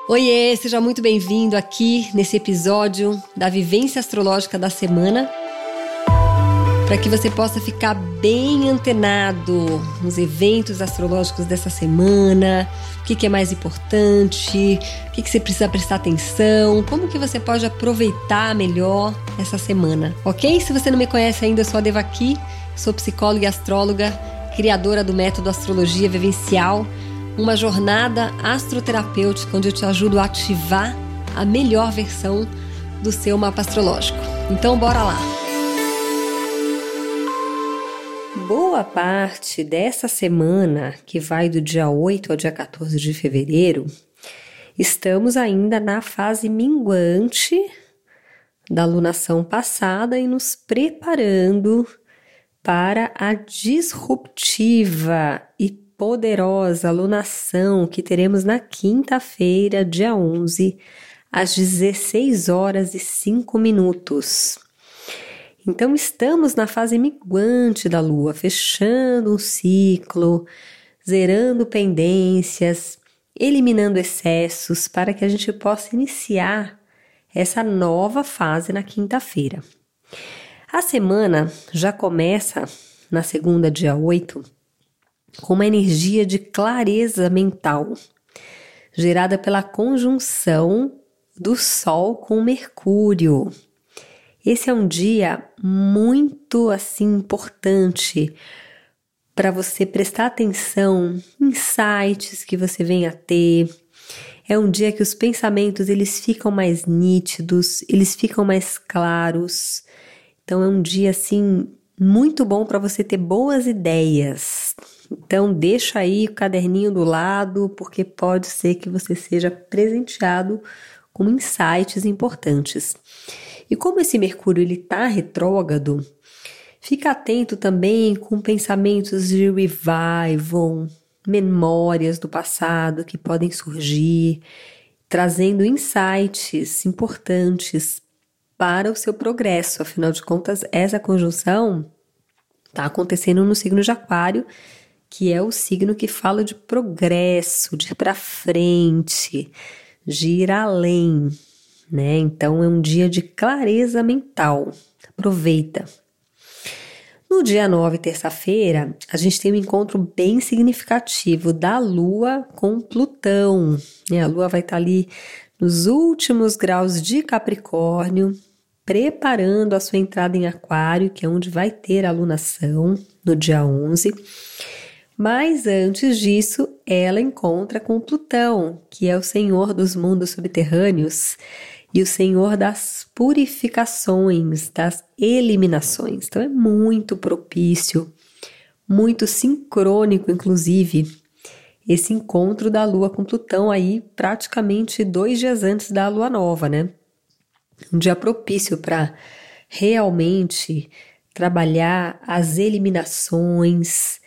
Oiê, seja muito bem-vindo aqui nesse episódio da Vivência Astrológica da Semana, para que você possa ficar bem antenado nos eventos astrológicos dessa semana, o que é mais importante, o que você precisa prestar atenção, como que você pode aproveitar melhor essa semana, ok? Se você não me conhece ainda, eu sou a Devaki, sou psicóloga e astróloga, criadora do método Astrologia Vivencial, uma jornada astroterapêutica onde eu te ajudo a ativar a melhor versão do seu mapa astrológico. Então, bora lá! Boa parte dessa semana, que vai do dia 8 ao dia 14 de fevereiro, estamos ainda na fase minguante da lunação passada e nos preparando para a disruptiva e poderosa lunação que teremos na quinta-feira, dia 11, às 16 horas e 5 minutos. Então, estamos na fase minguante da Lua, fechando um ciclo, zerando pendências, eliminando excessos, para que a gente possa iniciar essa nova fase na quinta-feira. A semana já começa na segunda, dia 8, com uma energia de clareza mental, gerada pela conjunção do Sol com Mercúrio. Esse é um dia muito importante para você prestar atenção em insights que você venha a ter. É um dia que os pensamentos eles ficam mais nítidos, eles ficam mais claros. Então é um dia muito bom para você ter boas ideias. Então deixa aí o caderninho do lado, porque pode ser que você seja presenteado com insights importantes. E como esse Mercúrio está retrógrado, fica atento também com pensamentos de revival, memórias do passado que podem surgir, trazendo insights importantes para o seu progresso. Afinal de contas, essa conjunção está acontecendo no signo de Aquário, que é o signo que fala de progresso, de ir para frente, de ir além, né? Então é um dia de clareza mental. Aproveita. No dia 9, terça-feira, a gente tem um encontro bem significativo da Lua com Plutão, né? A Lua vai estar ali nos últimos graus de Capricórnio, preparando a sua entrada em Aquário, que é onde vai ter a lunação no dia 11. Mas antes disso, ela encontra com Plutão, que é o senhor dos mundos subterrâneos e o senhor das purificações, das eliminações. Então é muito propício, muito sincrônico, inclusive, esse encontro da Lua com Plutão aí praticamente 2 dias antes da Lua Nova, né? Um dia propício para realmente trabalhar as eliminações,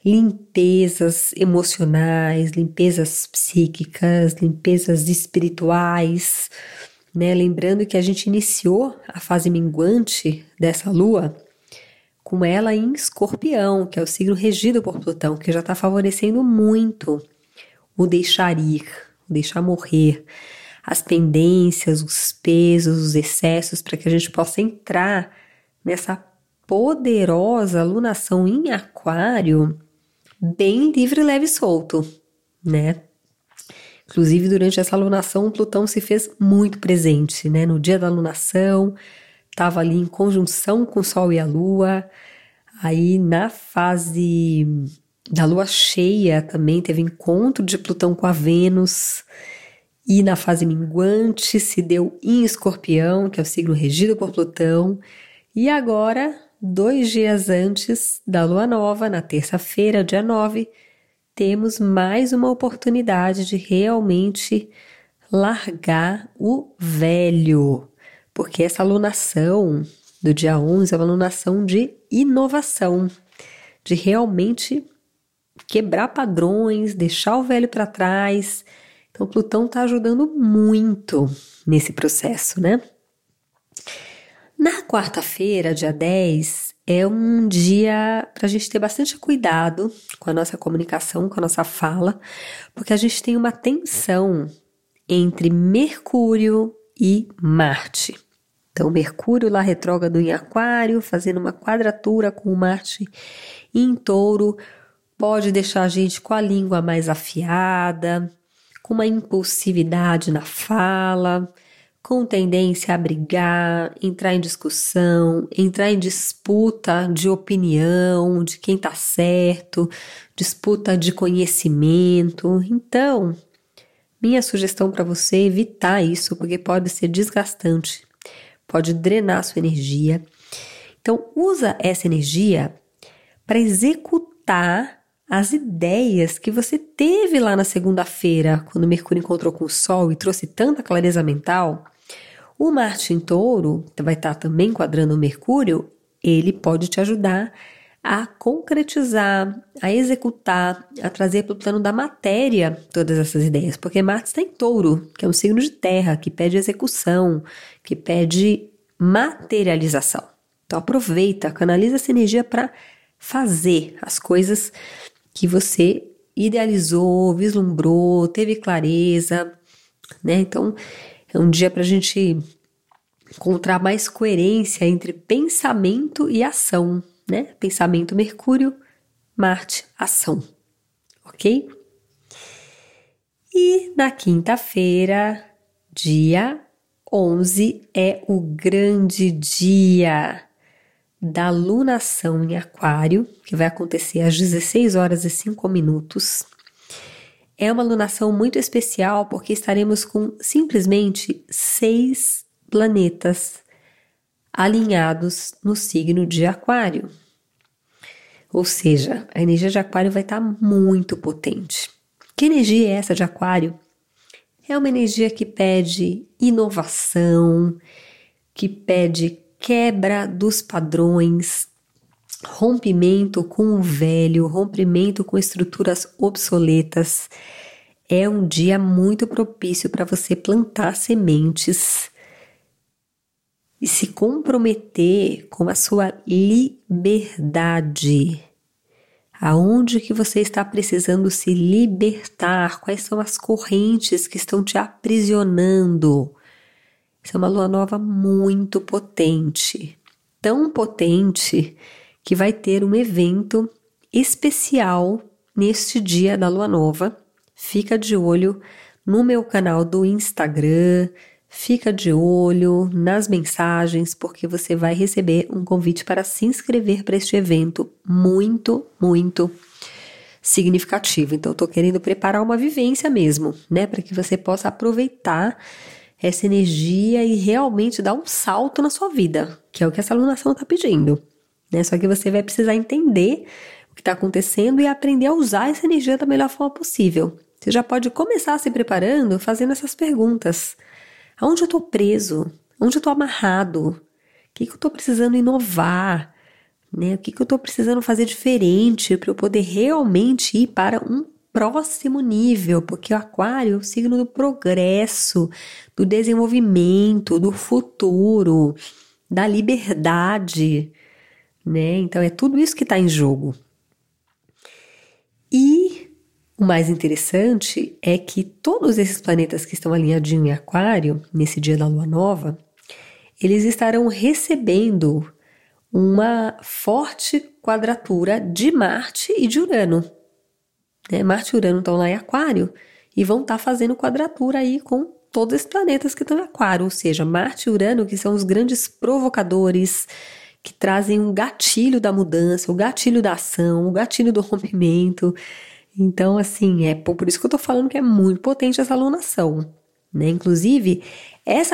limpezas emocionais, limpezas psíquicas, limpezas espirituais, né? Lembrando que a gente iniciou a fase minguante dessa lua com ela em Escorpião, que é o signo regido por Plutão, que já está favorecendo muito o deixar ir, o deixar morrer, as pendências, os pesos, os excessos, para que a gente possa entrar nessa poderosa lunação em Aquário bem livre, leve e solto, né? Inclusive, durante essa lunação, Plutão se fez muito presente, né? No dia da lunação, estava ali em conjunção com o Sol e a Lua. Aí, na fase da Lua cheia, também teve encontro de Plutão com a Vênus. E na fase minguante, se deu em Escorpião, que é o signo regido por Plutão. E agora, 2 dias antes da Lua Nova, na terça-feira, dia 9, temos mais uma oportunidade de realmente largar o velho, porque essa lunação do dia 11 é uma lunação de inovação, de realmente quebrar padrões, deixar o velho para trás. Então, Plutão está ajudando muito nesse processo, né? Na quarta-feira, dia 10, é um dia para a gente ter bastante cuidado com a nossa comunicação, com a nossa fala, porque a gente tem uma tensão entre Mercúrio e Marte. Então, Mercúrio lá retrógrado em Aquário, fazendo uma quadratura com Marte em Touro, pode deixar a gente com a língua mais afiada, com uma impulsividade na fala, com tendência a brigar, entrar em discussão, entrar em disputa de opinião, de quem está certo, disputa de conhecimento. Então, minha sugestão para você é evitar isso, porque pode ser desgastante, pode drenar sua energia. Então, usa essa energia para executar as ideias que você teve lá na segunda-feira, quando Mercúrio encontrou com o Sol e trouxe tanta clareza mental. O Marte em Touro, que vai estar também quadrando o Mercúrio, ele pode te ajudar a concretizar, a executar, a trazer para o plano da matéria todas essas ideias, porque Marte está em Touro, que é um signo de terra, que pede execução, que pede materialização. Então aproveita, canaliza essa energia para fazer as coisas que você idealizou, vislumbrou, teve clareza, né? Então é um dia para a gente encontrar mais coerência entre pensamento e ação, né? Pensamento Mercúrio, Marte, ação, ok? E na quinta-feira, dia 11, é o grande dia da lunação em Aquário, que vai acontecer às 16 horas e 5 minutos. É uma lunação muito especial porque estaremos com simplesmente 6 planetas alinhados no signo de Aquário. Ou seja, a energia de Aquário vai estar muito potente. Que energia é essa de Aquário? É uma energia que pede inovação, que pede quebra dos padrões, rompimento com o velho, rompimento com estruturas obsoletas. É um dia muito propício para você plantar sementes e se comprometer com a sua liberdade. Aonde que você está precisando se libertar? Quais são as correntes que estão te aprisionando? Isso é uma lua nova muito potente. Tão potente que vai ter um evento especial neste dia da lua nova. Fica de olho no meu canal do Instagram, fica de olho nas mensagens, porque você vai receber um convite para se inscrever para este evento muito, muito significativo. Então, eu tô querendo preparar uma vivência mesmo, né? Para que você possa aproveitar essa energia e realmente dar um salto na sua vida, que é o que essa lunação tá pedindo, né? Só que você vai precisar entender o que está acontecendo e aprender a usar essa energia da melhor forma possível. Você já pode começar se preparando fazendo essas perguntas. Aonde eu estou preso? Onde eu estou amarrado? O que eu estou precisando inovar? Né? O que eu estou precisando fazer diferente para eu poder realmente ir para um próximo nível? Porque o Aquário é o signo do progresso, do desenvolvimento, do futuro, da liberdade, né? Então é tudo isso que está em jogo. E o mais interessante é que todos esses planetas que estão alinhadinhos em Aquário, nesse dia da lua nova, eles estarão recebendo uma forte quadratura de Marte e de Urano. Né? Marte e Urano estão lá em Aquário e vão estar fazendo quadratura aí com todos esses planetas que estão em Aquário, ou seja, Marte e Urano, que são os grandes provocadores, que trazem um gatilho da mudança, o gatilho da ação, o gatilho do rompimento. Então, assim, é por isso que eu tô falando que é muito potente essa alunação, né? Inclusive, essa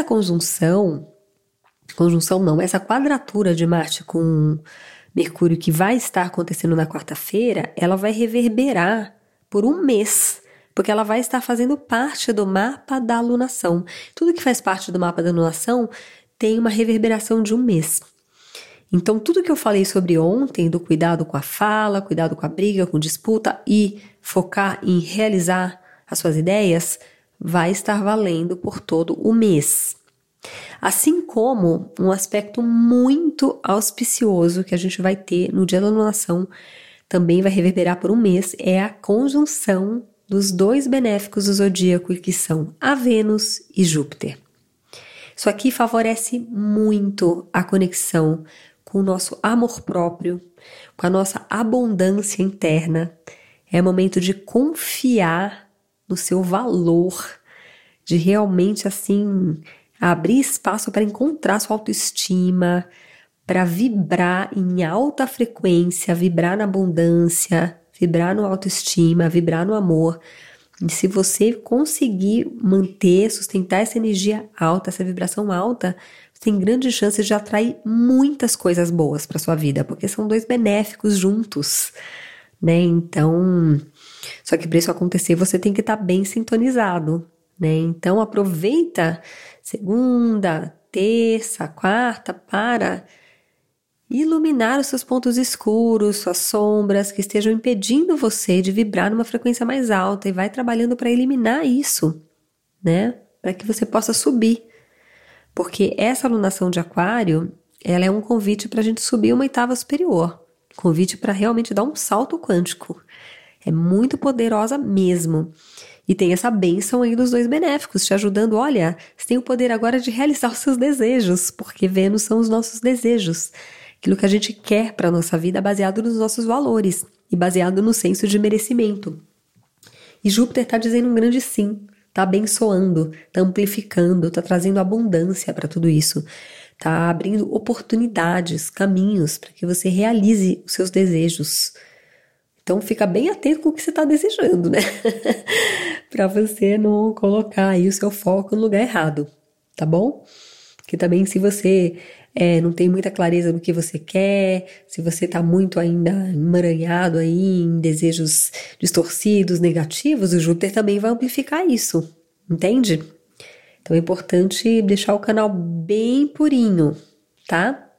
essa quadratura de Marte com Mercúrio que vai estar acontecendo na quarta-feira, ela vai reverberar por um mês, porque ela vai estar fazendo parte do mapa da alunação. Tudo que faz parte do mapa da alunação tem uma reverberação de um mês. Então, tudo que eu falei sobre ontem, do cuidado com a fala, cuidado com a briga, com disputa e focar em realizar as suas ideias, vai estar valendo por todo o mês. Assim como um aspecto muito auspicioso que a gente vai ter no dia da lunação, também vai reverberar por um mês, é a conjunção dos 2 benéficos do zodíaco, que são a Vênus e Júpiter. Isso aqui favorece muito a conexão com o nosso amor próprio, com a nossa abundância interna. É momento de confiar no seu valor, de realmente assim abrir espaço para encontrar sua autoestima, para vibrar em alta frequência, vibrar na abundância, vibrar no autoestima, vibrar no amor. E se você conseguir manter, sustentar essa energia alta, essa vibração alta, você tem grandes chances de atrair muitas coisas boas para sua vida, porque são 2 benéficos juntos, né? Então, só que para isso acontecer, você tem que estar bem sintonizado, né? Então, aproveita segunda, terça, quarta para iluminar os seus pontos escuros, suas sombras que estejam impedindo você de vibrar numa frequência mais alta, e vai trabalhando para eliminar isso, né? Para que você possa subir. Porque essa alunação de Aquário, ela é um convite para a gente subir uma oitava superior. Convite para realmente dar um salto quântico. É muito poderosa mesmo. E tem essa bênção aí dos 2 benéficos, te ajudando. Olha, você tem o poder agora de realizar os seus desejos, porque Vênus são os nossos desejos. Aquilo que a gente quer para a nossa vida baseado nos nossos valores e baseado no senso de merecimento. E Júpiter está dizendo um grande sim, está abençoando, está amplificando, está trazendo abundância para tudo isso. Está abrindo oportunidades, caminhos para que você realize os seus desejos. Então fica bem atento com o que você está desejando, né? Para você não colocar aí o seu foco no lugar errado, tá bom? Porque também se você não tem muita clareza do que você quer, se você está muito ainda emaranhado aí em desejos distorcidos, negativos, o Júpiter também vai amplificar isso, entende? Então é importante deixar o canal bem purinho, tá?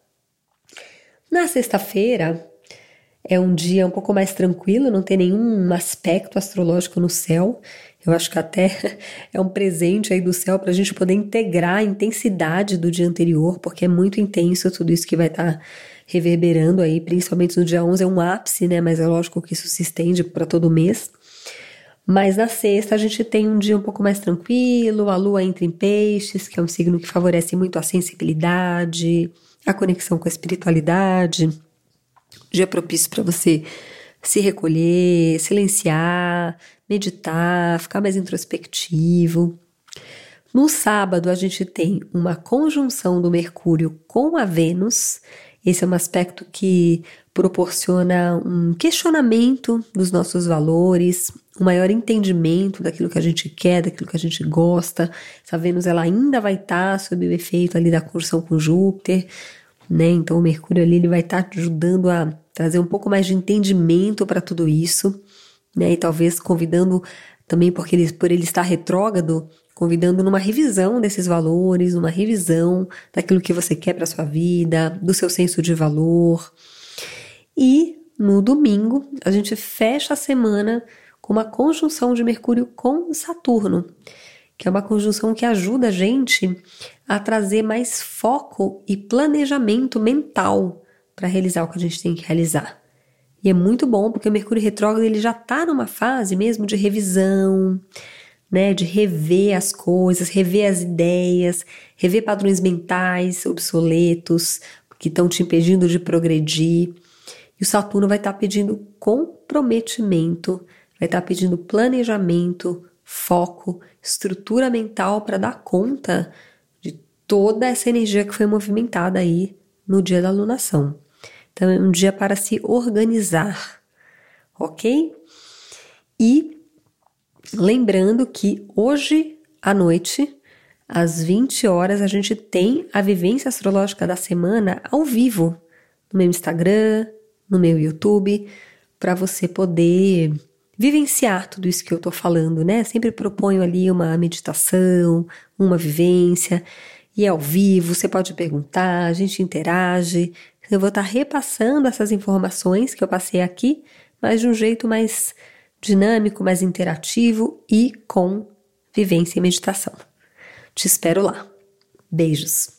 Na sexta-feira é um dia um pouco mais tranquilo, não tem nenhum aspecto astrológico no céu. Eu acho que até é um presente aí do céu para a gente poder integrar a intensidade do dia anterior, porque é muito intenso tudo isso que vai estar reverberando aí, principalmente no dia 11 é um ápice, né? Mas é lógico que isso se estende para todo o mês. Mas na sexta a gente tem um dia um pouco mais tranquilo, a lua entra em peixes, que é um signo que favorece muito a sensibilidade, a conexão com a espiritualidade. Dia propício para você se recolher, silenciar, meditar, ficar mais introspectivo. No sábado a gente tem uma conjunção do Mercúrio com a Vênus. Esse é um aspecto que proporciona um questionamento dos nossos valores, um maior entendimento daquilo que a gente quer, daquilo que a gente gosta. Essa Vênus ela ainda vai estar sob o efeito ali da conjunção com Júpiter, né? Então o Mercúrio ali ele vai estar ajudando a trazer um pouco mais de entendimento para tudo isso, né? E talvez convidando também, por ele estar retrógrado, convidando numa revisão desses valores, numa revisão daquilo que você quer para sua vida, do seu senso de valor. E no domingo a gente fecha a semana com uma conjunção de Mercúrio com Saturno, que é uma conjunção que ajuda a gente a trazer mais foco e planejamento mental para realizar o que a gente tem que realizar. E é muito bom porque o Mercúrio retrógrado ele já está numa fase mesmo de revisão, né, de rever as coisas, rever as ideias, rever padrões mentais obsoletos que estão te impedindo de progredir. E o Saturno vai estar pedindo comprometimento, vai estar pedindo planejamento, foco, estrutura mental para dar conta de toda essa energia que foi movimentada aí no dia da alunação. Então é um dia para se organizar, ok? E lembrando que hoje à noite, às 20 horas, a gente tem a vivência astrológica da semana ao vivo no meu Instagram, no meu YouTube, para você poder vivenciar tudo isso que eu tô falando, né? Sempre proponho ali uma meditação, uma vivência, e é ao vivo, você pode perguntar, a gente interage. Eu vou estar repassando essas informações que eu passei aqui, mas de um jeito mais dinâmico, mais interativo e com vivência e meditação. Te espero lá. Beijos!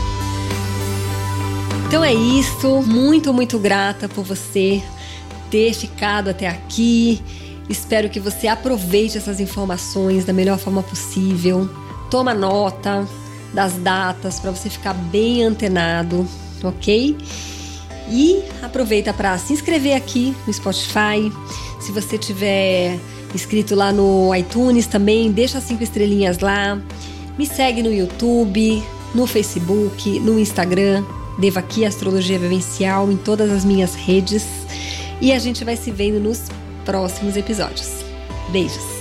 Então é isso, muito, muito grata por você ter ficado até aqui Espero que você aproveite essas informações da melhor forma possível. Toma nota das datas para você ficar bem antenado, ok? E aproveita para se inscrever aqui no Spotify. Se você tiver inscrito lá no iTunes também, deixa 5 estrelinhas lá. Me segue no YouTube, no Facebook, no Instagram, Devaki Astrologia Vivencial, em todas as minhas redes. E a gente vai se vendo nos próximos episódios. Beijos!